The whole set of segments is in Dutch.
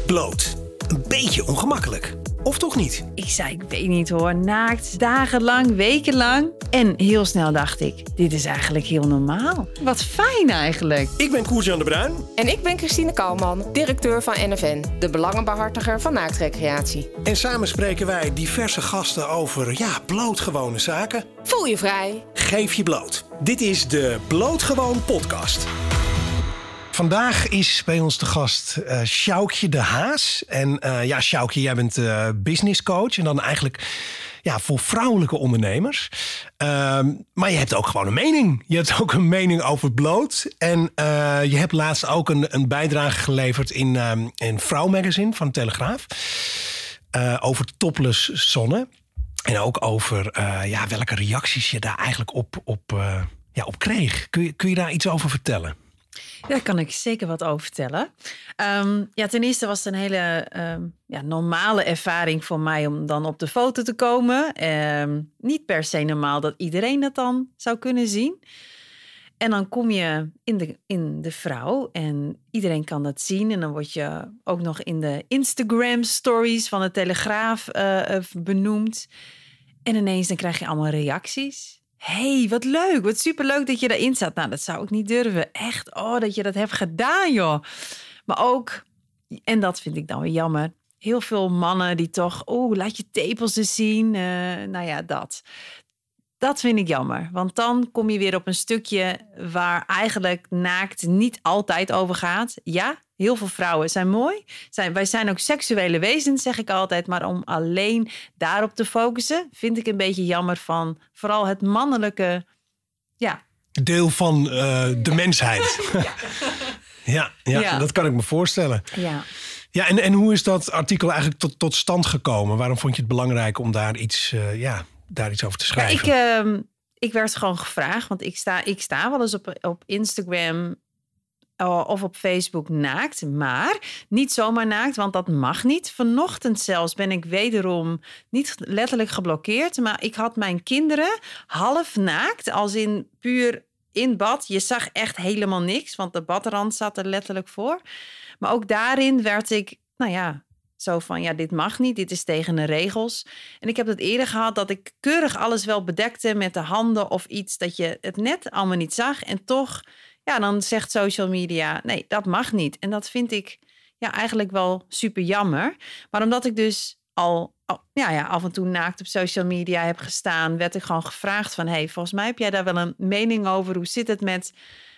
Bloot. Een beetje ongemakkelijk. Of toch niet? Ik weet niet hoor, naakt, dagenlang, wekenlang. En heel snel dacht ik, dit is eigenlijk heel normaal. Wat fijn eigenlijk. Ik ben Koert-Jan de Bruin. En ik ben Christine Kouwman, directeur van NFN, de belangenbehartiger van naaktrecreatie. En samen spreken wij diverse gasten over, blootgewone zaken. Voel je vrij. Geef je bloot. Dit is de Blootgewoon podcast. Vandaag is bij ons de gast Sjoukje de Haas. En Sjoukje, jij bent business coach. En dan eigenlijk voor vrouwelijke ondernemers. Maar je hebt ook gewoon een mening. Je hebt ook een mening over bloot. En je hebt laatst ook een bijdrage geleverd in Vrouw Magazine van de Telegraaf. Over topless zonne. En ook over welke reacties je daar eigenlijk op kreeg. Kun je daar iets over vertellen? Daar kan ik zeker wat over vertellen. Ten eerste was het een hele normale ervaring voor mij om dan op de foto te komen. Niet per se normaal dat iedereen dat dan zou kunnen zien. En dan kom je in de vrouw en iedereen kan dat zien. En dan word je ook nog in de Instagram stories van de Telegraaf benoemd. En ineens dan krijg je allemaal reacties. Hey, wat leuk, wat superleuk dat je daarin staat. Nou, dat zou ik niet durven. Echt, dat je dat hebt gedaan, joh. Maar ook, en dat vind ik dan weer jammer, heel veel mannen die toch, laat je tepels eens zien. Dat vind ik jammer. Want dan kom je weer op een stukje waar eigenlijk naakt niet altijd over gaat. Ja, heel veel vrouwen zijn mooi. Wij zijn ook seksuele wezens, zeg ik altijd. Maar om alleen daarop te focussen, vind ik een beetje jammer van vooral het mannelijke, deel van de mensheid. Ja, dat kan ik me voorstellen. Ja. Ja, en hoe is dat artikel eigenlijk tot stand gekomen? Waarom vond je het belangrijk om daar iets over te schrijven? Ja, ik werd gewoon gevraagd, want ik sta wel eens op Instagram of op Facebook naakt, maar niet zomaar naakt, want dat mag niet. Vanochtend zelfs ben ik wederom niet letterlijk geblokkeerd, maar ik had mijn kinderen half naakt, als in puur in bad. Je zag echt helemaal niks, want de badrand zat er letterlijk voor. Maar ook daarin werd ik, zo van, dit mag niet, dit is tegen de regels. En ik heb het eerder gehad dat ik keurig alles wel bedekte met de handen of iets, dat je het net allemaal niet zag. En toch, dan zegt social media, nee, dat mag niet. En dat vind ik eigenlijk wel super jammer. Maar omdat ik dus al af en toe naakt op social media heb gestaan, werd ik gewoon gevraagd van, hey, volgens mij heb jij daar wel een mening over. Hoe zit het met,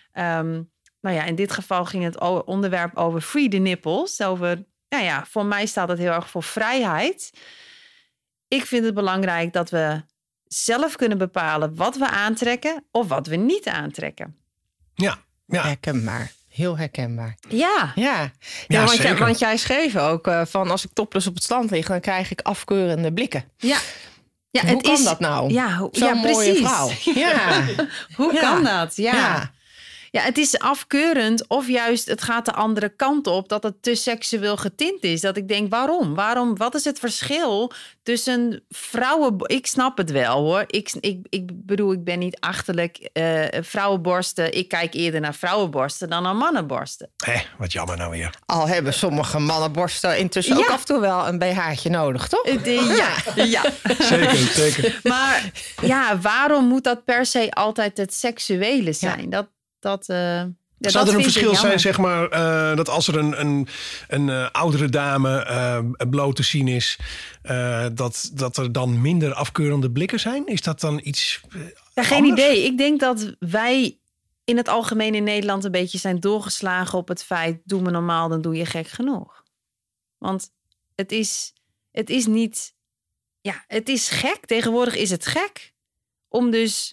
in dit geval ging het onderwerp over free the nipples, over, voor mij staat het heel erg voor vrijheid. Ik vind het belangrijk dat we zelf kunnen bepalen wat we aantrekken of wat we niet aantrekken. Ja. Herkenbaar. Heel herkenbaar. Ja. Want jij schreef ook van als ik topless op het strand lig, dan krijg ik afkeurende blikken. Ja. Hoe kan dat nou? Zo'n mooie precies. vrouw. Ja. Hoe kan dat? Ja, het is afkeurend of juist het gaat de andere kant op, dat het te seksueel getint is. Dat ik denk, waarom? Wat is het verschil tussen vrouwen... Ik snap het wel, hoor. Ik bedoel, ik ben niet achterlijk. Vrouwenborsten, ik kijk eerder naar vrouwenborsten dan naar mannenborsten. Wat jammer nou weer. Al hebben sommige mannenborsten intussen ook af en toe wel een BH'tje nodig, toch? Ja. Zeker. Maar waarom moet dat per se altijd het seksuele zijn? Ja. Zou er een verschil zijn, zeg maar, dat als er een oudere dame bloot te zien is, dat er dan minder afkeurende blikken zijn? Is dat dan iets geen idee. Ik denk dat wij in het algemeen in Nederland een beetje zijn doorgeslagen op het feit, doe me normaal, dan doe je gek genoeg. Want het is niet, het is gek. Tegenwoordig is het gek om dus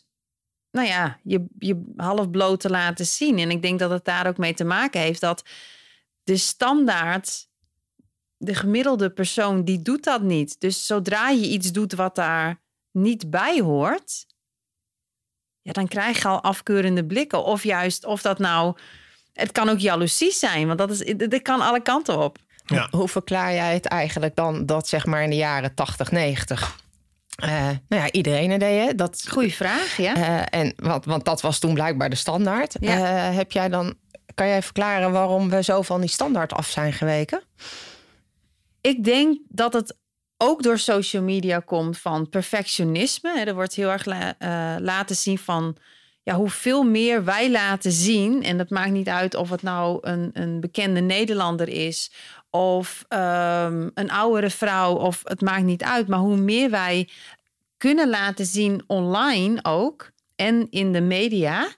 je half bloot te laten zien. En ik denk dat het daar ook mee te maken heeft dat de standaard, de gemiddelde persoon, die doet dat niet. Dus zodra je iets doet wat daar niet bij hoort, dan krijg je al afkeurende blikken. Of juist, het kan ook jaloezie zijn, want dat kan alle kanten op. Ja. Hoe verklaar jij het eigenlijk dan dat zeg maar in de jaren 80, 90... iedereen het deed, hè? Goeie vraag, ja. Want dat was toen blijkbaar de standaard. Ja. Kan jij verklaren waarom we zo van die standaard af zijn geweken? Ik denk dat het ook door social media komt van perfectionisme. Er wordt heel erg laten zien van hoeveel meer wij laten zien. En dat maakt niet uit of het nou een bekende Nederlander is of een oudere vrouw, of het maakt niet uit. Maar hoe meer wij kunnen laten zien online ook en in de media,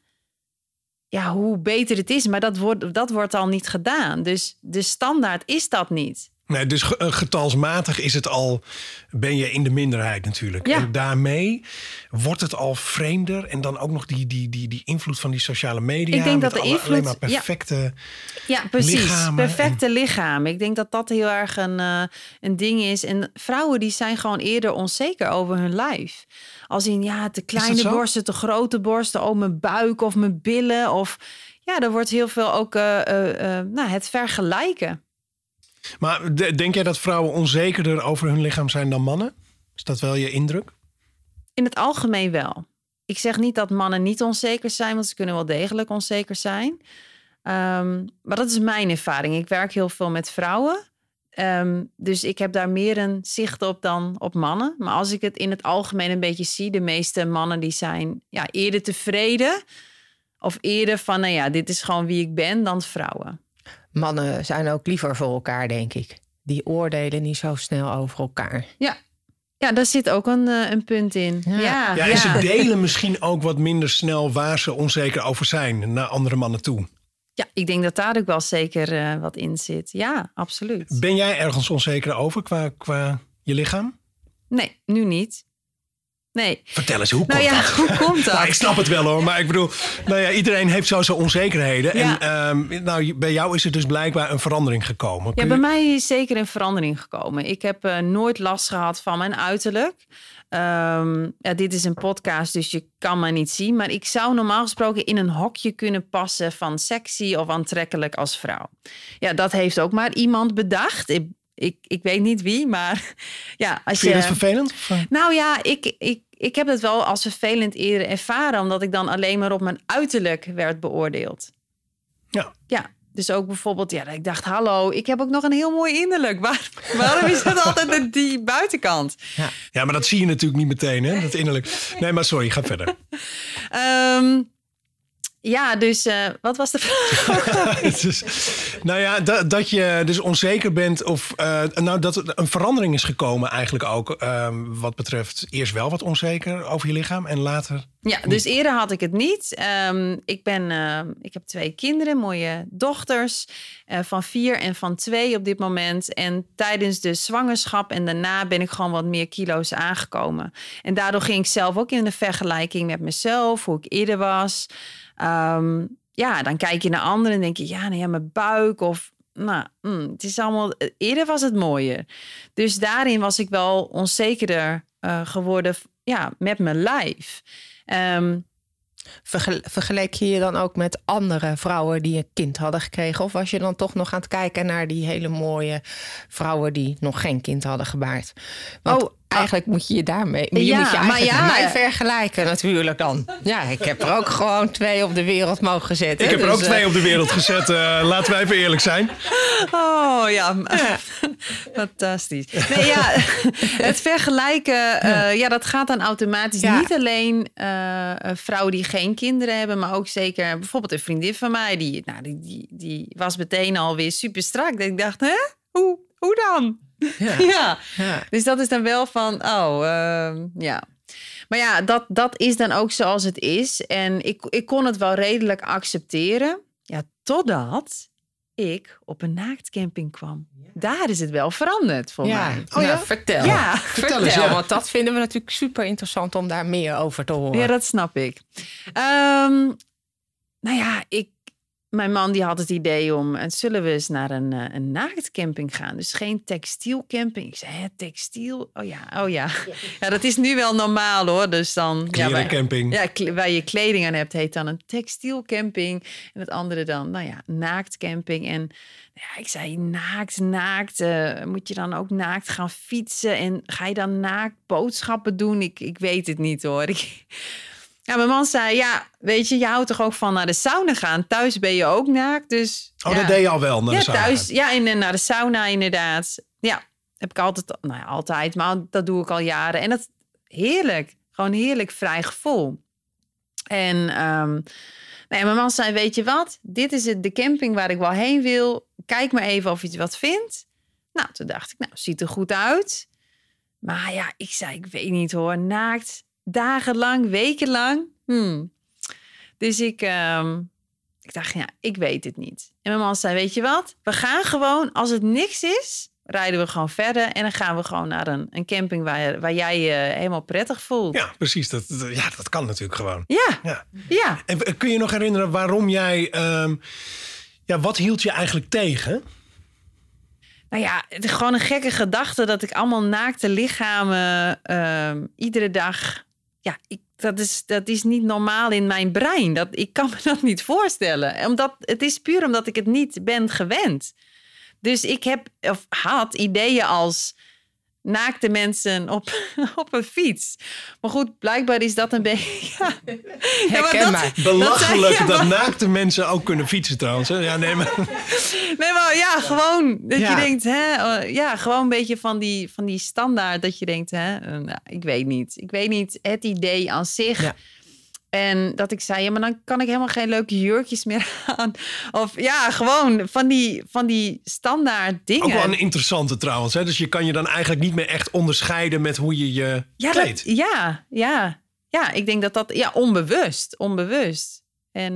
hoe beter het is. Maar dat wordt al niet gedaan. Dus de standaard is dat niet. Nee, dus getalsmatig is het al, ben je in de minderheid natuurlijk. Ja. En daarmee wordt het al vreemder. En dan ook nog die invloed van die sociale media. Ik denk dat de invloed alleen maar perfecte precies. lichamen. Perfecte lichamen. Ik denk dat dat heel erg een ding is. En vrouwen die zijn gewoon eerder onzeker over hun lijf. Als in te kleine borsten, te grote borsten, mijn buik of mijn billen. Of er wordt heel veel ook het vergelijken. Maar denk jij dat vrouwen onzekerder over hun lichaam zijn dan mannen? Is dat wel je indruk? In het algemeen wel. Ik zeg niet dat mannen niet onzeker zijn, want ze kunnen wel degelijk onzeker zijn. Maar dat is mijn ervaring. Ik werk heel veel met vrouwen. Dus ik heb daar meer een zicht op dan op mannen. Maar als ik het in het algemeen een beetje zie, de meeste mannen die zijn eerder tevreden. Of eerder van, dit is gewoon wie ik ben, dan vrouwen. Mannen zijn ook liever voor elkaar, denk ik. Die oordelen niet zo snel over elkaar. Ja, daar zit ook een punt in. Ja, en ze delen misschien ook wat minder snel waar ze onzeker over zijn naar andere mannen toe. Ja, ik denk dat daar ook wel zeker wat in zit. Ja, absoluut. Ben jij ergens onzeker over qua je lichaam? Nee, nu niet. Nee. Vertel eens, hoe komt dat? Hoe komt dat? Ik snap het wel hoor, maar ik bedoel, iedereen heeft zo zijn onzekerheden. Ja. En bij jou is er dus blijkbaar een verandering gekomen. Bij mij is zeker een verandering gekomen. Ik heb nooit last gehad van mijn uiterlijk. Dit is een podcast, dus je kan me niet zien. Maar ik zou normaal gesproken in een hokje kunnen passen van sexy of aantrekkelijk als vrouw. Ja, dat heeft ook maar iemand bedacht. Ik weet niet wie, maar als Vind je dat vervelend? Nou ja, ik heb het wel als vervelend eerder ervaren, omdat ik dan alleen maar op mijn uiterlijk werd beoordeeld. Ja. Dus ook bijvoorbeeld, ik dacht, hallo, ik heb ook nog een heel mooi innerlijk. Waarom is het altijd die buitenkant? Ja, maar dat zie je natuurlijk niet meteen, hè? Dat innerlijk. Nee, maar sorry, ga verder. Dus wat was de vraag? Dat je dus onzeker bent of dat er een verandering is gekomen eigenlijk ook. Wat betreft eerst wel wat onzeker over je lichaam en later Ja, dus eerder had ik het niet. Ik heb 2 kinderen, mooie dochters van 4 en van 2 op dit moment. En tijdens de zwangerschap en daarna ben ik gewoon wat meer kilo's aangekomen. En daardoor ging ik zelf ook in de vergelijking met mezelf, hoe ik eerder was. Dan kijk je naar anderen en denk je, mijn buik of het is allemaal. Eerder was het mooier. Dus daarin was ik wel onzekerder geworden, met mijn lijf. Vergeleek je je dan ook met andere vrouwen die een kind hadden gekregen? Of was je dan toch nog aan het kijken naar die hele mooie vrouwen die nog geen kind hadden gebaard? Want eigenlijk moet je je daarmee... Je moet je eigenlijk met mij vergelijken natuurlijk dan. Ja, ik heb er ook gewoon 2 op de wereld mogen zetten. Ik heb er ook 2 op de wereld gezet. Laten wij even eerlijk zijn. Oh ja, fantastisch. Nee, het vergelijken, dat gaat dan automatisch. Ja. Niet alleen vrouwen die geen kinderen hebben, maar ook zeker bijvoorbeeld een vriendin van mij. Die was meteen alweer super strak. Ik dacht, hè? Hoe dan? Ja. Dus dat is dan wel van, Maar dat is dan ook zoals het is. En ik kon het wel redelijk accepteren. Ja, totdat ik op een naaktcamping kwam. Daar is het wel veranderd voor mij. Oh ja? Vertel. Ja, vertel eens, want dat vinden we natuurlijk super interessant om daar meer over te horen. Ja, dat snap ik. Mijn man die had het idee om, zullen we eens naar een naaktcamping gaan? Dus geen textielcamping. Ik zei, textiel? Oh ja. Ja, dat is nu wel normaal hoor. Dus dan... Klerencamping. Waar je kleding aan hebt, heet dan een textielcamping. En het andere dan, naaktcamping. En ik zei, naakt. Moet je dan ook naakt gaan fietsen? En ga je dan naakt boodschappen doen? Ik weet het niet hoor. Ja, mijn man zei, weet je houdt toch ook van naar de sauna gaan? Thuis ben je ook naakt, dus... dat deed je al wel, naar de sauna thuis, naar de sauna inderdaad. Ja, heb ik altijd, maar dat doe ik al jaren. En dat heerlijk, gewoon heerlijk vrij gevoel. En mijn man zei, weet je wat? Dit is de camping waar ik wel heen wil. Kijk maar even of je wat vindt. Nou, toen dacht ik, ziet er goed uit. Maar ja, ik zei, ik weet niet hoor. Naakt, dagenlang, wekenlang. Dus ik dacht, ik weet het niet. En mijn man zei, weet je wat? We gaan gewoon, als het niks is, rijden we gewoon verder. En dan gaan we gewoon naar een camping waar jij je helemaal prettig voelt. Ja, precies. Dat kan natuurlijk gewoon. Ja. En kun je nog herinneren waarom jij... wat hield je eigenlijk tegen? Nou ja, het is gewoon een gekke gedachte dat ik allemaal naakte lichamen iedere dag... Ja, dat is niet normaal in mijn brein. Ik kan me dat niet voorstellen. Het is puur omdat ik het niet ben gewend. Dus ik had ideeën als naakte mensen op een fiets. Maar goed, blijkbaar is dat een beetje... Herken mij. Belachelijk dat naakte mensen ook kunnen fietsen trouwens. Hè? Ja, nee, maar gewoon dat je denkt... gewoon een beetje van die standaard dat je denkt... ik weet niet. Het idee aan zich... Ja. En dat ik zei, maar dan kan ik helemaal geen leuke jurkjes meer aan. Of gewoon van die standaard dingen. Ook wel een interessante trouwens. Hè? Dus je kan je dan eigenlijk niet meer echt onderscheiden met hoe je je kleedt. Ja, ik denk dat... Ja, onbewust. En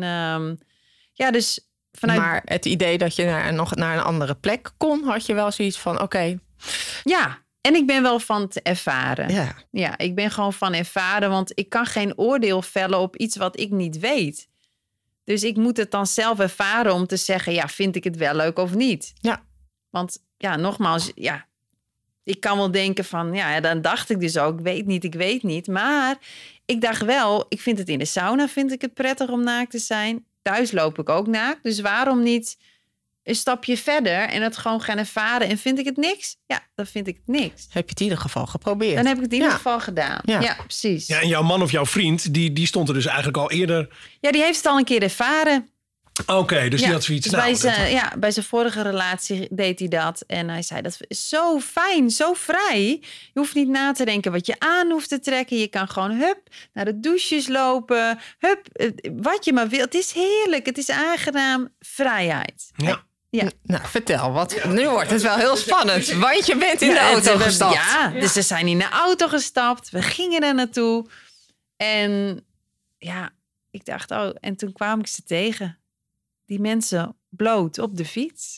dus vanuit... Maar het idee dat je nog naar een andere plek kon, had je wel zoiets van, oké. Ja. En ik ben wel van te ervaren. Ja, ik ben gewoon van ervaren. Want ik kan geen oordeel vellen op iets wat ik niet weet. Dus ik moet het dan zelf ervaren om te zeggen... vind ik het wel leuk of niet? Ja. Want nogmaals... ik kan wel denken van... dan dacht ik dus ook, ik weet niet. Maar ik dacht wel... ik vind het in de sauna vind ik het prettig om naakt te zijn. Thuis loop ik ook naakt. Dus waarom niet... een stapje verder en het gewoon gaan ervaren. En vind ik het niks? Ja, dan vind ik het niks. Heb je het in ieder geval geprobeerd? Dan heb ik het in ieder geval gedaan. Ja, precies. Ja, en jouw man of jouw vriend, die stond er dus eigenlijk al eerder... Ja, die heeft het al een keer ervaren. Oké, dus die had zoiets... Dus bij zijn vorige relatie deed hij dat. En hij zei, dat is zo fijn, zo vrij. Je hoeft niet na te denken wat je aan hoeft te trekken. Je kan gewoon, naar de douches lopen. Wat je maar wil. Het is heerlijk, het is aangenaam. Vrijheid. Ja. Ja. Nou, vertel, nu wordt het wel heel spannend. Want je bent in de auto gestapt. Dus we zijn in de auto gestapt. We gingen er naartoe. En ik dacht, en toen kwam ik ze tegen. Die mensen bloot op de fiets.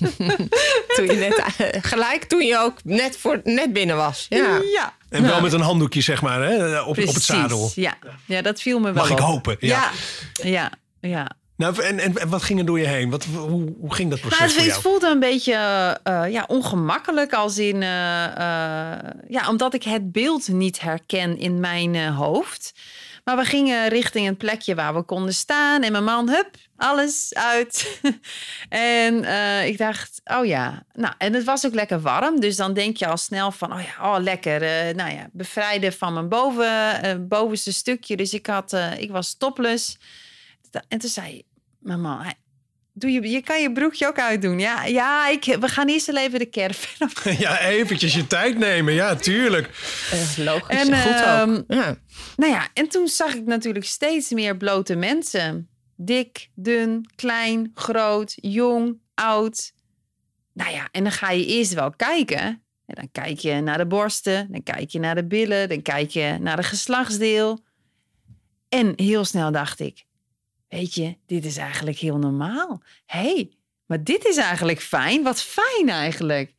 Toen je ook net binnen was. Ja. En wel met een handdoekje, zeg maar, hè, op het zadel. Ja, dat viel me wel Mag ik hopen? Ja. Nou, en wat ging er door je heen? Hoe ging dat proces voor jou? Het voelde een beetje ongemakkelijk. Als in, omdat ik het beeld niet herken in mijn hoofd. Maar we gingen richting een plekje waar we konden staan. En mijn man, alles uit. En ik dacht, Nou, en het was ook lekker warm. Dus dan denk je al snel van, lekker. Bevrijden van mijn bovenste stukje. Dus ik was topless. En toen zei mijn man, je kan je broekje ook uitdoen. We gaan eerst even de caravan op. Ja, eventjes je tijd nemen. Ja, tuurlijk. Logisch, en, goed ook. Ja. En toen zag ik natuurlijk steeds meer blote mensen. Dik, dun, klein, groot, jong, oud. En dan ga je eerst wel kijken. En dan kijk je naar de borsten, dan kijk je naar de billen, dan kijk je naar de geslachtsdeel. En heel snel dacht ik, weet je, dit is eigenlijk heel normaal. Maar dit is eigenlijk fijn. Wat fijn eigenlijk.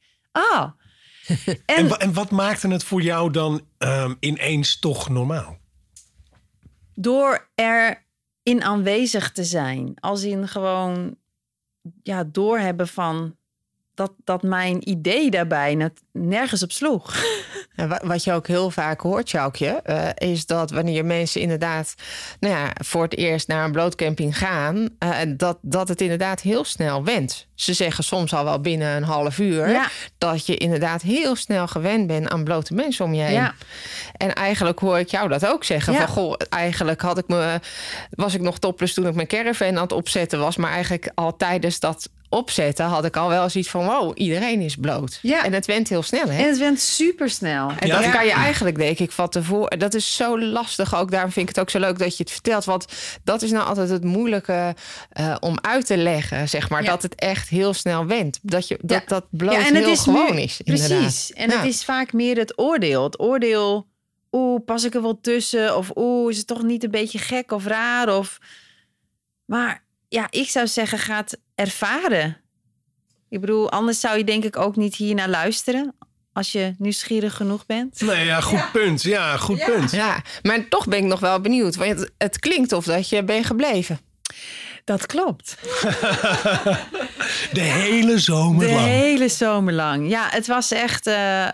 En wat maakte het voor jou dan ineens toch normaal? Door erin aanwezig te zijn. Als in gewoon doorhebben van dat mijn idee daarbij nergens op sloeg. En wat je ook heel vaak hoort, Sjoukje, is dat wanneer mensen inderdaad voor het eerst naar een blootcamping gaan, dat het inderdaad heel snel wendt. Ze zeggen soms al wel binnen een half uur dat je inderdaad heel snel gewend bent aan blote mensen om je heen. Ja. En eigenlijk hoor ik jou dat ook zeggen. Van goh, eigenlijk was ik nog topless toen ik mijn caravan aan het opzetten was, maar eigenlijk al tijdens dat opzetten, had ik al wel zoiets van, wow, iedereen is bloot. Ja. En het went heel snel, hè? En het went supersnel. En dat kan je eigenlijk, denk ik, van tevoren... Dat is zo lastig ook. Daarom vind ik het ook zo leuk dat je het vertelt. Want dat is nou altijd het moeilijke om uit te leggen, zeg maar. Ja. Dat het echt heel snel went. Dat bloot en heel gewoon is, inderdaad. Precies. En het is vaak meer het oordeel. Het oordeel, pas ik er wel tussen? Of is het toch niet een beetje gek of raar? Maar ja, ik zou zeggen, ga het ervaren. Ik bedoel, anders zou je denk ik ook niet hier naar luisteren. Als je nieuwsgierig genoeg bent. Nee, ja, goed punt. Ja, goed punt. Ja, maar toch ben ik nog wel benieuwd. Want het klinkt of dat je bent gebleven. Dat klopt. De hele zomer lang. De hele zomer lang. Ja, het was echt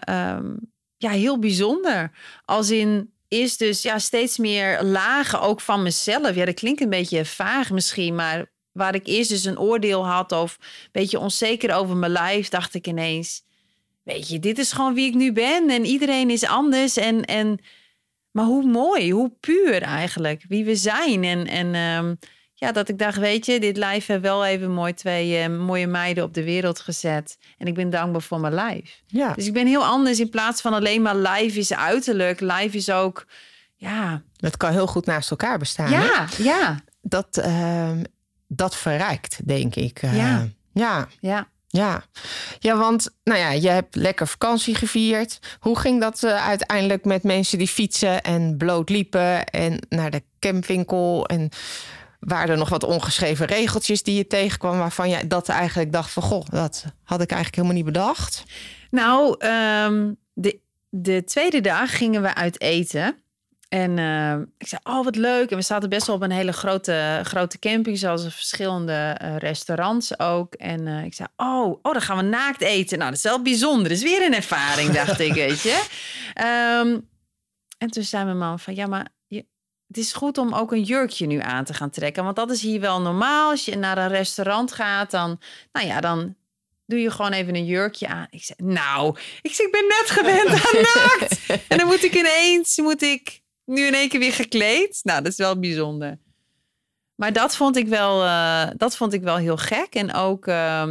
heel bijzonder. Als in eerst dus steeds meer lagen ook van mezelf. Ja, dat klinkt een beetje vaag misschien, maar waar ik eerst dus een oordeel had of een beetje onzeker over mijn lijf, dacht ik ineens, weet je, dit is gewoon wie ik nu ben en iedereen is anders. Maar hoe mooi, hoe puur eigenlijk, wie we zijn. En dat ik dacht, weet je, dit lijf heeft wel even twee mooie meiden op de wereld gezet. En ik ben dankbaar voor mijn lijf. Ja. Dus ik ben heel anders in plaats van alleen maar lijf is uiterlijk. Lijf is ook, Het kan heel goed naast elkaar bestaan. Ja, hè? ja. Dat verrijkt, denk ik. Ja, want je hebt lekker vakantie gevierd. Hoe ging dat uiteindelijk met mensen die fietsen en bloot liepen en naar de campwinkel? En waren er nog wat ongeschreven regeltjes die je tegenkwam waarvan je dat eigenlijk dacht van, goh, dat had ik eigenlijk helemaal niet bedacht? Nou, de tweede dag gingen we uit eten. En ik zei, wat leuk. En we zaten best wel op een hele grote camping, zoals verschillende restaurants ook. En ik zei, dan gaan we naakt eten. Nou, dat is wel bijzonder. Dat is weer een ervaring, dacht ik, weet je. En toen zei mijn man van, maar het is goed om ook een jurkje nu aan te gaan trekken. Want dat is hier wel normaal. Als je naar een restaurant gaat, dan doe je gewoon even een jurkje aan. Ik zei, ik ben net gewend aan naakt. En dan moet ik nu in één keer weer gekleed. Nou, dat is wel bijzonder. Maar dat vond ik wel heel gek. En ook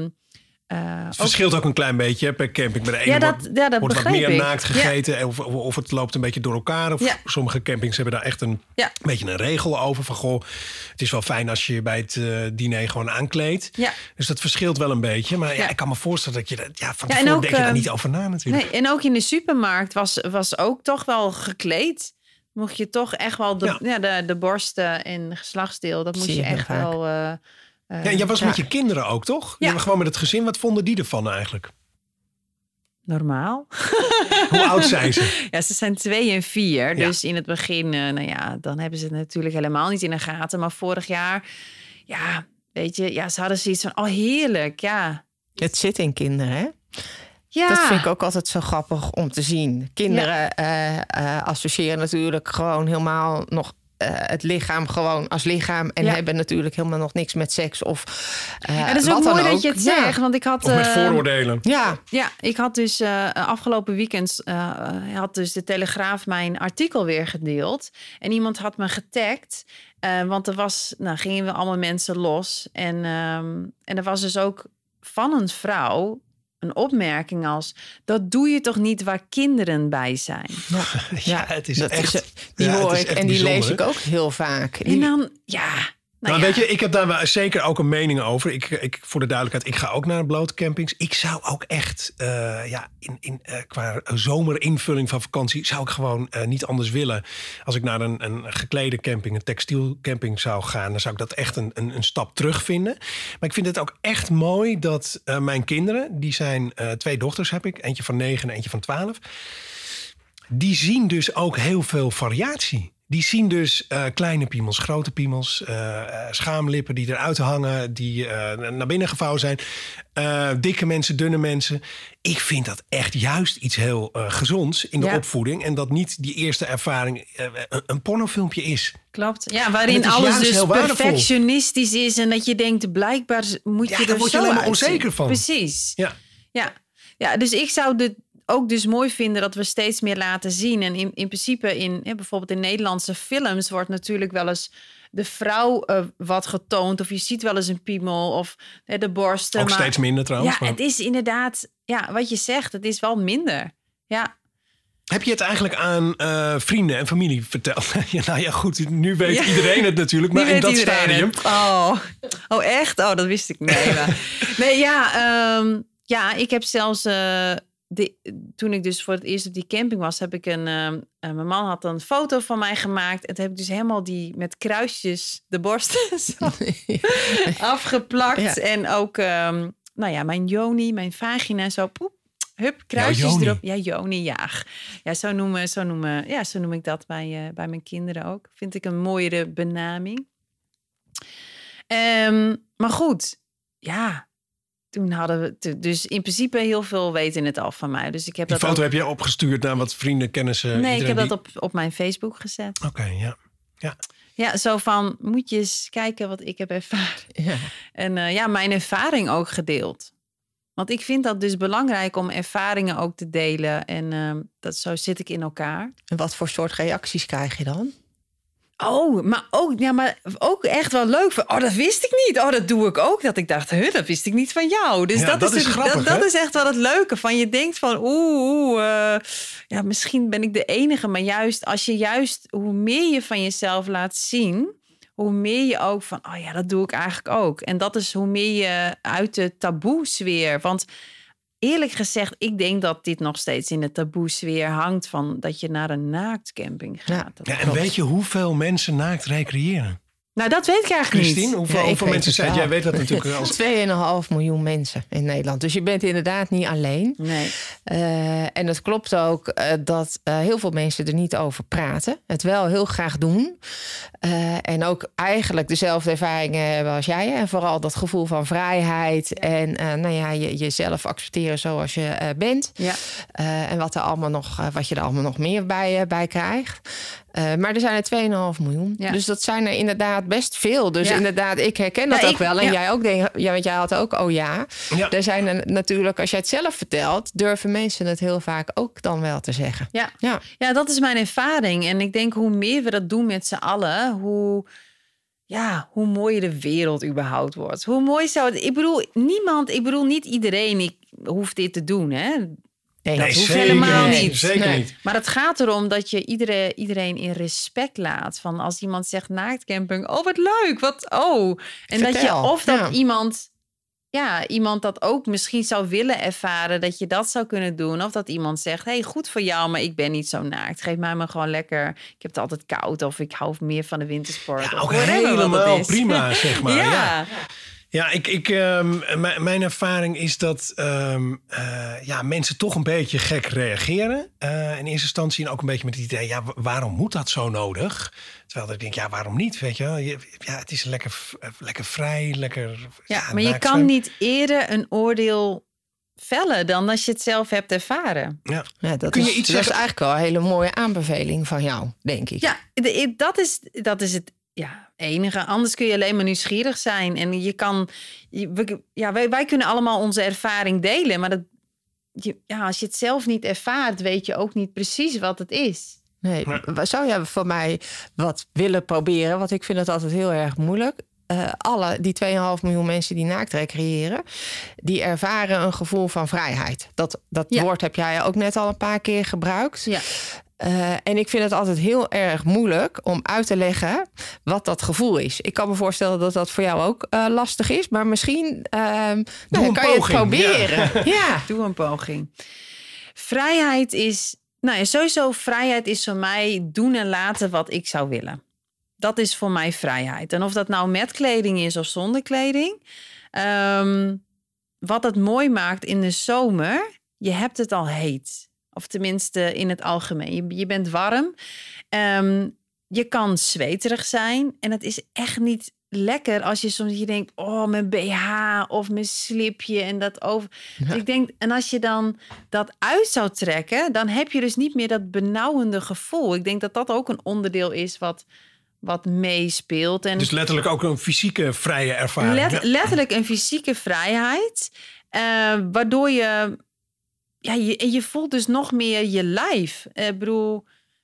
het verschilt ook een klein beetje per camping. Bij de ene wordt wat meer naakt gegeten. Ja. Of het loopt een beetje door elkaar. Of sommige campings hebben daar echt een beetje een regel over. Van goh, het is wel fijn als je je bij het diner gewoon aankleedt. Ja. Dus dat verschilt wel een beetje. Maar ik kan me voorstellen dat je van tevoren denk je daar niet over na natuurlijk. Nee, en ook in de supermarkt was ook toch wel gekleed. Mocht je toch echt wel de borsten en geslachtsdeel, dat moest je echt wel... jij was met je kinderen ook, toch? Ja. Je was gewoon met het gezin. Wat vonden die ervan eigenlijk? Normaal. Hoe oud zijn ze? Ja, ze zijn 2 en 4. Ja. Dus in het begin, dan hebben ze het natuurlijk helemaal niet in de gaten. Maar vorig jaar, weet je, ze hadden zoiets van, heerlijk, ja. Het zit in kinderen, hè? Ja. Dat vind ik ook altijd zo grappig om te zien. Kinderen associëren natuurlijk gewoon helemaal nog het lichaam gewoon als lichaam en hebben natuurlijk helemaal nog niks met seks of dat is ook mooi dat je het zegt, want ik had of met vooroordelen. Ja, ik had dus afgelopen weekend had dus de Telegraaf mijn artikel weer gedeeld en iemand had me getagd, want er was, gingen we allemaal mensen los en er was dus ook van een vrouw een opmerking als, dat doe je toch niet waar kinderen bij zijn? Ja, het is echt... Die hoor ik en die bijzonder, lees ik ook heel vaak. En dan, weet je, ik heb daar zeker ook een mening over. Ik voor de duidelijkheid, ik ga ook naar blote campings. Ik zou ook echt, qua zomerinvulling van vakantie, zou ik gewoon niet anders willen. Als ik naar een geklede camping, een textielcamping zou gaan, dan zou ik dat echt een stap terug vinden. Maar ik vind het ook echt mooi dat mijn kinderen, die zijn 2 dochters heb ik, eentje van 9 en eentje van 12. Die zien dus ook heel veel variatie. Die zien dus kleine piemels, grote piemels, schaamlippen die eruit hangen, die naar binnen gevouwen zijn. Dikke mensen, dunne mensen. Ik vind dat echt juist iets heel gezonds in de opvoeding. En dat niet die eerste ervaring een pornofilmpje is. Klopt. Ja, waarin alles dus perfectionistisch is en dat je denkt, blijkbaar moet je er daar word je alleen maar onzeker van. Precies. Ja, dus ik zou dit ook dus mooi vinden dat we steeds meer laten zien. En in principe, bijvoorbeeld in Nederlandse films wordt natuurlijk wel eens de vrouw wat getoond. Of je ziet wel eens een piemel of de borsten. Ook steeds minder trouwens. Ja, het is inderdaad, wat je zegt, het is wel minder. Ja. Heb je het eigenlijk aan vrienden en familie verteld? Nou ja, goed, nu weet iedereen het natuurlijk, maar in dat stadium. Oh, echt? Oh, dat wist ik niet. Nee, ik heb zelfs... toen ik dus voor het eerst op die camping was, heb ik mijn man had een foto van mij gemaakt. En toen heb ik dus helemaal die met kruisjes de borsten afgeplakt. Ja. En ook, mijn yoni, mijn vagina zo, hup, kruisjes erop. Ja, yoni, ja. Ja, zo noem ik dat bij mijn kinderen ook. Vind ik een mooiere benaming. Maar goed, toen hadden we dus in principe heel veel weten het al van mij. Dus ik heb die foto heb je opgestuurd naar wat vrienden, kennissen? Nee, ik heb dat op mijn Facebook gezet. Oké, ja. Ja, zo van, moet je eens kijken wat ik heb ervaren. Ja. En mijn ervaring ook gedeeld. Want ik vind dat dus belangrijk om ervaringen ook te delen. En zo zit ik in elkaar. En wat voor soort reacties krijg je dan? Oh, maar ook echt wel leuk. Dat wist ik niet. Dat doe ik ook. Dat ik dacht, dat wist ik niet van jou. Dus dat is grappig, dat is echt wel het leuke. Van je denkt van, misschien ben ik de enige. Maar hoe meer je van jezelf laat zien, hoe meer je ook van, dat doe ik eigenlijk ook. En dat is hoe meer je uit de taboe-sfeer. Want eerlijk gezegd, ik denk dat dit nog steeds in de taboe-sfeer hangt van dat je naar een naaktcamping gaat. Ja, en weet je hoeveel mensen naakt recreëren? Nou, dat weet ik eigenlijk Christine, niet. Hoeveel mensen zijn? Jij weet dat natuurlijk wel. 2,5 miljoen mensen in Nederland. Dus je bent inderdaad niet alleen. Nee. En het klopt ook dat heel veel mensen er niet over praten. Het wel heel graag doen. En ook eigenlijk dezelfde ervaringen hebben als jij. En vooral dat gevoel van vrijheid. En jezelf accepteren zoals je bent. Ja. En wat je er allemaal nog meer bij krijgt. Maar er zijn er 2,5 miljoen. Ja. Dus dat zijn er inderdaad best veel. Dus inderdaad, ik herken dat ook wel. En jij ook, want jij had ook, Er zijn er natuurlijk, als jij het zelf vertelt, durven mensen het heel vaak ook dan wel te zeggen. Ja, dat is mijn ervaring. En ik denk, hoe meer we dat doen met z'n allen, hoe mooier de wereld überhaupt wordt. Hoe mooi zou het... Ik bedoel, niet iedereen hoeft dit te doen, hè? Nee, dat hoeft helemaal niet. Zeker niet. Maar het gaat erom dat je iedereen in respect laat. Van als iemand zegt naaktcamping, wat leuk, En Vertel. Dat iemand dat ook misschien zou willen ervaren, dat je dat zou kunnen doen. Of dat iemand zegt, goed voor jou, maar ik ben niet zo naakt. Geef mij maar gewoon lekker, ik heb het altijd koud of ik hou meer van de wintersport. Ja, ook helemaal prima, zeg maar. Ja. Ja, mijn ervaring is dat mensen toch een beetje gek reageren. In eerste instantie en ook een beetje met het idee, waarom moet dat zo nodig? Terwijl ik denk, waarom niet? Weet je, het is lekker vrij, lekker. Maar je kan niet eerder een oordeel vellen dan als je het zelf hebt ervaren. Ja, dat is eigenlijk wel een hele mooie aanbeveling van jou, denk ik. Ja, dat is het. Ja, enige. Anders kun je alleen maar nieuwsgierig zijn. En wij kunnen allemaal onze ervaring delen. Maar als je het zelf niet ervaart, weet je ook niet precies wat het is. Nee, zou jij voor mij wat willen proberen? Want ik vind het altijd heel erg moeilijk. Die 2,5 miljoen mensen die naakt recreëren, die ervaren een gevoel van vrijheid. Dat woord heb jij ook net al een paar keer gebruikt. Ja. En ik vind het altijd heel erg moeilijk om uit te leggen wat dat gevoel is. Ik kan me voorstellen dat dat voor jou ook lastig is. Maar misschien kan je het proberen. Ja. Doe een poging. Vrijheid is... sowieso vrijheid is voor mij doen en laten wat ik zou willen. Dat is voor mij vrijheid. En of dat nou met kleding is of zonder kleding. Wat het mooi maakt in de zomer, je hebt het al heet. Of tenminste in het algemeen. Je bent warm. Je kan zweterig zijn. En het is echt niet lekker als je soms denkt, mijn BH of mijn slipje en dat over. Ja. Dus ik denk, en als je dan dat uit zou trekken, dan heb je dus niet meer dat benauwende gevoel. Ik denk dat dat ook een onderdeel is wat meespeelt. En dus letterlijk ook een fysieke vrije ervaring. Letterlijk een fysieke vrijheid. Waardoor je voelt dus nog meer je lijf.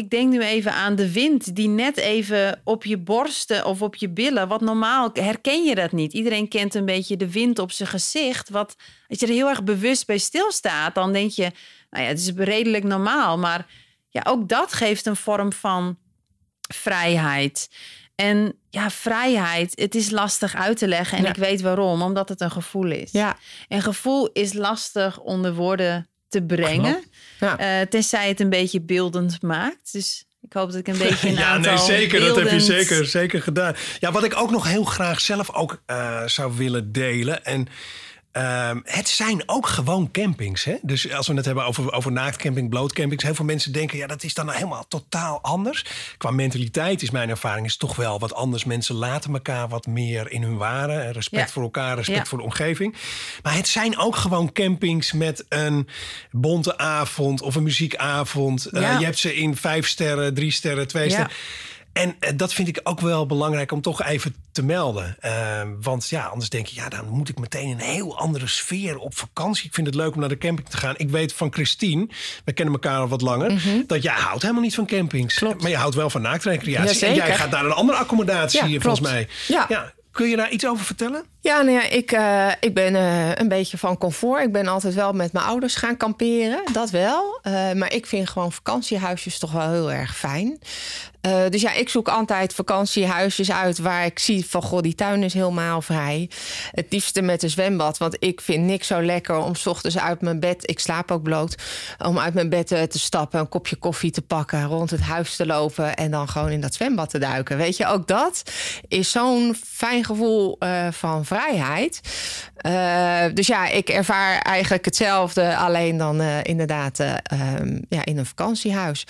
ik denk nu even aan de wind die net even op je borsten of op je billen. Wat normaal herken je dat niet. Iedereen kent een beetje de wind op zijn gezicht. Als je er heel erg bewust bij stilstaat, dan denk je, nou ja, het is redelijk normaal. Maar ja, ook dat geeft een vorm van vrijheid. En ja, vrijheid, het is lastig uit te leggen. En ik weet waarom, omdat het een gevoel is. Ja. En gevoel is lastig onder woorden te brengen. Ja. Tenzij het een beetje beeldend maakt. Dus ik hoop dat ik een beetje een aantal zeker. Beeldend... Dat heb je zeker gedaan. Ja, wat ik ook nog heel graag zelf ook zou willen delen. En het zijn ook gewoon campings. Hè? Dus als we het hebben over naaktcamping, blootcampings. Heel veel mensen denken, ja, dat is dan helemaal totaal anders. Qua mentaliteit is mijn ervaring is toch wel wat anders. Mensen laten elkaar wat meer in hun waarde. Respect voor elkaar, respect voor de omgeving. Maar het zijn ook gewoon campings met een bonte avond of een muziekavond. Je hebt ze in 5 sterren, 3 sterren, 2 sterren. En dat vind ik ook wel belangrijk om toch even te melden. Want ja, anders denk je, dan moet ik meteen in een heel andere sfeer op vakantie. Ik vind het leuk om naar de camping te gaan. Ik weet van Christine, we kennen elkaar al wat langer, dat jij houdt helemaal niet van campings. Klopt. Maar je houdt wel van naaktrecreatie. Ja, en jij gaat naar een andere accommodatie volgens mij. Ja. Kun je daar iets over vertellen? Ja, nou ja, ik ben een beetje van comfort. Ik ben altijd wel met mijn ouders gaan kamperen. Dat wel. Maar ik vind gewoon vakantiehuisjes toch wel heel erg fijn. Dus ja, ik zoek altijd vakantiehuisjes uit waar ik zie van, goh, die tuin is helemaal vrij. Het liefste met een zwembad, want ik vind niks zo lekker om 's ochtends uit mijn bed, ik slaap ook bloot, om uit mijn bed te stappen, een kopje koffie te pakken, rond het huis te lopen en dan gewoon in dat zwembad te duiken. Weet je, ook dat is zo'n fijn gevoel van vrijheid. Dus ja, ik ervaar eigenlijk hetzelfde, alleen dan inderdaad in een vakantiehuis.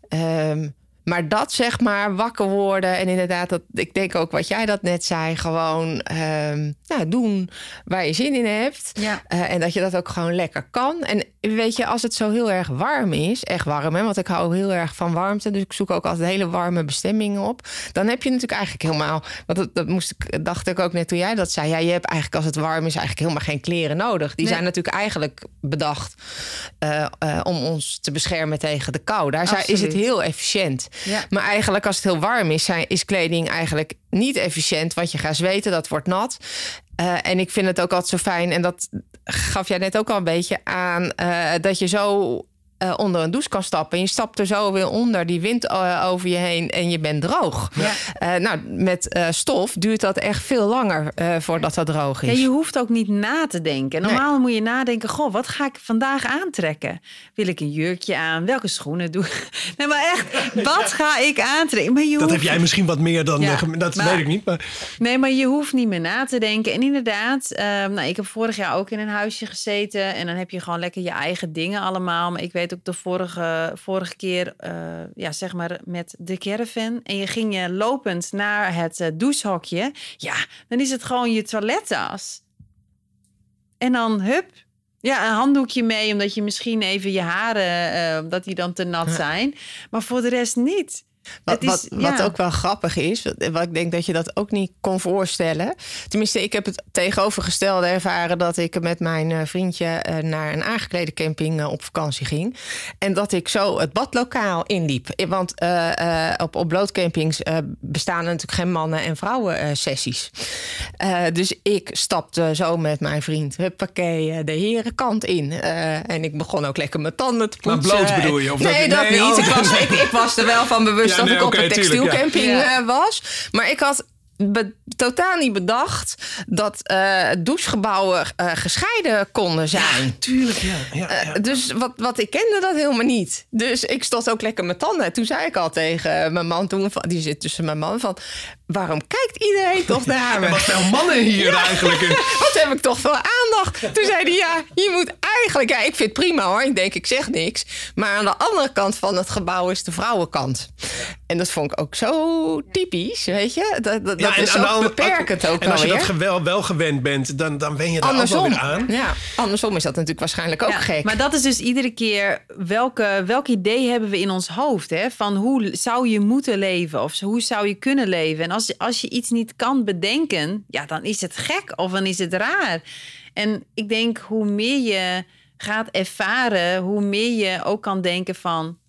Maar dat zeg maar wakker worden en inderdaad, ik denk ook wat jij dat net zei, gewoon doen waar je zin in hebt. Ja. En dat je dat ook gewoon lekker kan. En weet je, als het zo heel erg warm is, echt warm, hè, want ik hou heel erg van warmte, dus ik zoek ook altijd hele warme bestemmingen op. Dan heb je natuurlijk eigenlijk helemaal, want dacht ik ook net toen jij dat zei, ja, je hebt eigenlijk als het warm is eigenlijk helemaal geen kleren nodig. Die zijn natuurlijk eigenlijk bedacht om ons te beschermen tegen de kou. Daar is het heel efficiënt. Ja. Maar eigenlijk als het heel warm is kleding eigenlijk niet efficiënt, want je gaat zweten, dat wordt nat. En ik vind het ook altijd zo fijn, en dat gaf jij net ook al een beetje aan, dat je zo onder een douche kan stappen. En je stapt er zo weer onder, die wind over je heen en je bent droog. Ja. Met stof duurt dat echt veel langer voordat dat droog is. Ja, je hoeft ook niet na te denken. Normaal moet je nadenken, goh, wat ga ik vandaag aantrekken? Wil ik een jurkje aan? Welke schoenen doe ik? Nee, maar echt, wat ga ik aantrekken? Maar dat heb jij misschien wat meer dan, weet ik niet. Maar... Nee, maar je hoeft niet meer na te denken. En inderdaad, ik heb vorig jaar ook in een huisje gezeten en dan heb je gewoon lekker je eigen dingen allemaal. Maar ik weet ook de vorige keer, zeg maar met de caravan. En je ging je lopend naar het douchehokje. Ja, dan is het gewoon je toilettas. En dan, hup, een handdoekje mee, omdat je misschien even je haren, dat die dan te nat zijn. Maar voor de rest niet. Wat ook wel grappig is, wat ik denk dat je dat ook niet kon voorstellen. Tenminste, ik heb het tegenovergestelde ervaren dat ik met mijn vriendje naar een aangeklede camping op vakantie ging. En dat ik zo het badlokaal inliep. Want op blootcampings bestaan natuurlijk geen mannen- en vrouwen sessies. Dus ik stapte zo met mijn vriend, huppakee, de herenkant in. En ik begon ook lekker mijn tanden te poetsen. Maar bloot bedoel je? Of nee, dat niet. Oh. Ik was er wel van bewust dat ik op een textielcamping was. Maar ik had totaal niet bedacht dat douchegebouwen gescheiden konden zijn. Ja, tuurlijk, Dus wat ik kende dat helemaal niet. Dus ik stond ook lekker met tanden. Toen zei ik al tegen mijn man, die zit tussen mijn man, van, waarom kijkt iedereen toch naar me? Er wat veel mannen hier eigenlijk. Wat heb ik toch veel aandacht? Toen zei hij, je moet eigenlijk... Ja, ik vind het prima hoor. Ik zeg niks. Maar aan de andere kant van het gebouw is de vrouwenkant. En dat vond ik ook zo typisch, weet je? Dat is zo beperkend ook. En als je dat wel gewend bent, dan wen je daar ook wel weer aan. Ja, andersom is dat natuurlijk waarschijnlijk ook gek. Maar dat is dus iedere keer welk idee hebben we in ons hoofd, hè? Van hoe zou je moeten leven of hoe zou je kunnen leven? En als je iets niet kan bedenken, dan is het gek of dan is het raar. En ik denk, hoe meer je gaat ervaren, hoe meer je ook kan denken van,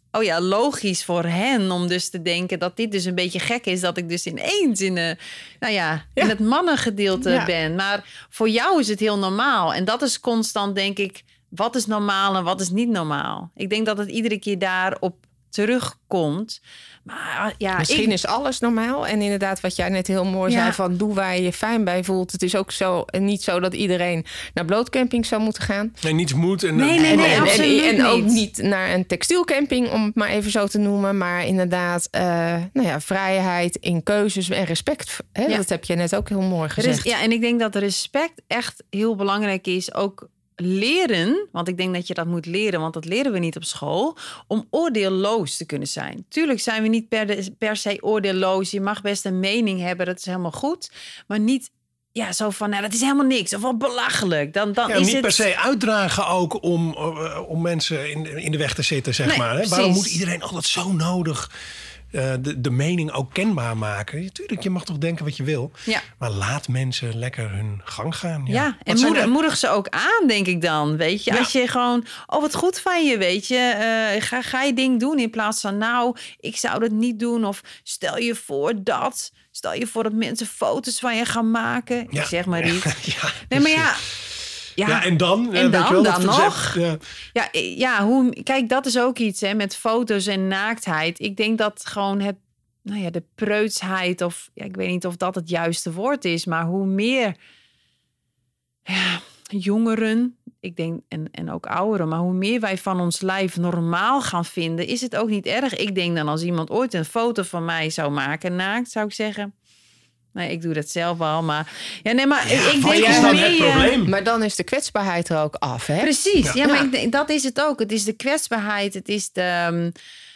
logisch voor hen om dus te denken dat dit dus een beetje gek is. Dat ik dus ineens in het mannengedeelte ben. Maar voor jou is het heel normaal. En dat is constant, denk ik, wat is normaal en wat is niet normaal? Ik denk dat het iedere keer daarop terugkomt. Maar misschien is alles normaal. En inderdaad, wat jij net heel mooi zei, van doe waar je je fijn bij voelt. Het is ook zo niet zo dat iedereen naar blootcamping zou moeten gaan. Nee, niets moet. En ook niet naar een textielcamping, om het maar even zo te noemen. Maar inderdaad, vrijheid in keuzes en respect. Hè? Ja. Dat heb je net ook heel mooi gezegd. En ik denk dat respect echt heel belangrijk is. Ook leren, want ik denk dat je dat moet leren, want dat leren we niet op school, om oordeelloos te kunnen zijn. Tuurlijk zijn we niet per se oordeelloos. Je mag best een mening hebben, dat is helemaal goed. Maar niet zo van, dat is helemaal niks. Of wat belachelijk. Dan is niet het per se uitdragen ook om mensen in de weg te zitten, zeg maar. Hè? Waarom moet iedereen altijd zo nodig de mening ook kenbaar maken? Tuurlijk, je mag toch denken wat je wil. Ja. Maar laat mensen lekker hun gang gaan. Ja, en moedig ze ook aan, denk ik dan. Weet je, als je gewoon, wat goed van je, weet je. Ga je ding doen in plaats van, ik zou dat niet doen. Of stel je voor dat mensen foto's van je gaan maken. Ja. Ik zeg maar iets. Nee, maar en dan? En dan nog? Kijk, dat is ook iets met foto's en naaktheid. Ik denk dat gewoon de preutsheid, of ik weet niet of dat het juiste woord is, maar hoe meer jongeren, ik denk, en ook ouderen, maar hoe meer wij van ons lijf normaal gaan vinden, is het ook niet erg. Ik denk dan als iemand ooit een foto van mij zou maken, naakt, zou ik zeggen, nee, ik doe dat zelf al, maar ik denk het probleem. Maar dan is de kwetsbaarheid er ook af, hè? Precies, maar ik denk, dat is het ook. Het is de kwetsbaarheid, het is de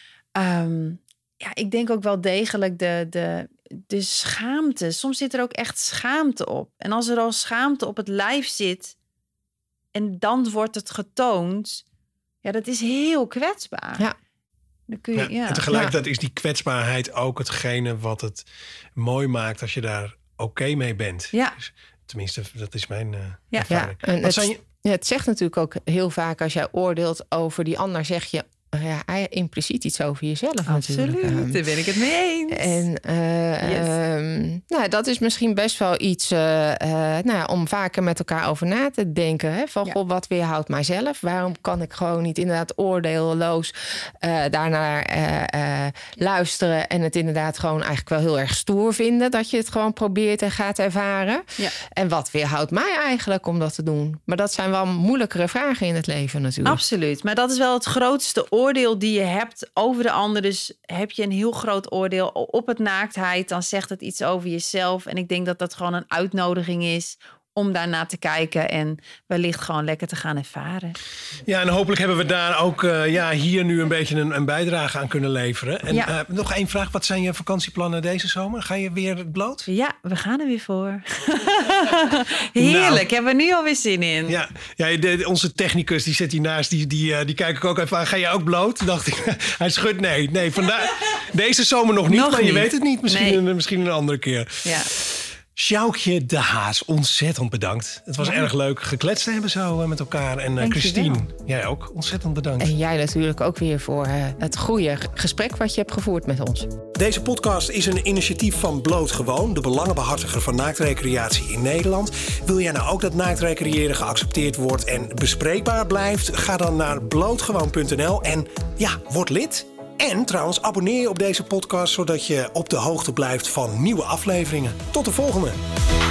ik denk ook wel degelijk de schaamte. Soms zit er ook echt schaamte op. En als er al schaamte op het lijf zit en dan wordt het getoond, dat is heel kwetsbaar. Ja. Dan kun je, En tegelijkertijd is die kwetsbaarheid ook hetgene wat het mooi maakt als je daar oké mee bent. Ja. Dus, tenminste, dat is mijn ervaring. Ja, en het zegt natuurlijk ook heel vaak als jij oordeelt over die ander, zeg je impliciet iets over jezelf. Absoluut, natuurlijk. Daar ben ik het mee eens. En dat is misschien best wel iets om vaker met elkaar over na te denken. Hè? Van, goh, wat weerhoudt mijzelf? Waarom kan ik gewoon niet inderdaad oordeelloos daarnaar luisteren en het inderdaad gewoon eigenlijk wel heel erg stoer vinden dat je het gewoon probeert en gaat ervaren? Ja. En wat weerhoudt mij eigenlijk om dat te doen? Maar dat zijn wel moeilijkere vragen in het leven natuurlijk. Absoluut, maar dat is wel het grootste oordeel die je hebt over de ander. Dus heb je een heel groot oordeel op het naaktheid, dan zegt het iets over jezelf. En ik denk dat dat gewoon een uitnodiging is om daarna te kijken en wellicht gewoon lekker te gaan ervaren. Ja, en hopelijk hebben we daar ook hier nu een beetje een bijdrage aan kunnen leveren. En nog één vraag. Wat zijn je vakantieplannen deze zomer? Ga je weer bloot? Ja, we gaan er weer voor. Heerlijk, hebben we nu alweer zin in. Onze technicus die zit hiernaast, die kijk ik ook even aan. Ga jij ook bloot? Dacht ik. Hij schudt nee. Vandaar deze zomer nog niet, maar je weet het niet. Misschien een andere keer. Ja. Sjoukje de Haas, ontzettend bedankt. Het was erg leuk gekletst te hebben zo met elkaar. En Christine, jij ook ontzettend bedankt. En jij natuurlijk ook weer voor het goede gesprek wat je hebt gevoerd met ons. Deze podcast is een initiatief van Blootgewoon, de belangenbehartiger van naaktrecreatie in Nederland. Wil jij nou ook dat naaktrecreëren geaccepteerd wordt en bespreekbaar blijft? Ga dan naar blootgewoon.nl en word lid. En trouwens, abonneer je op deze podcast zodat je op de hoogte blijft van nieuwe afleveringen. Tot de volgende!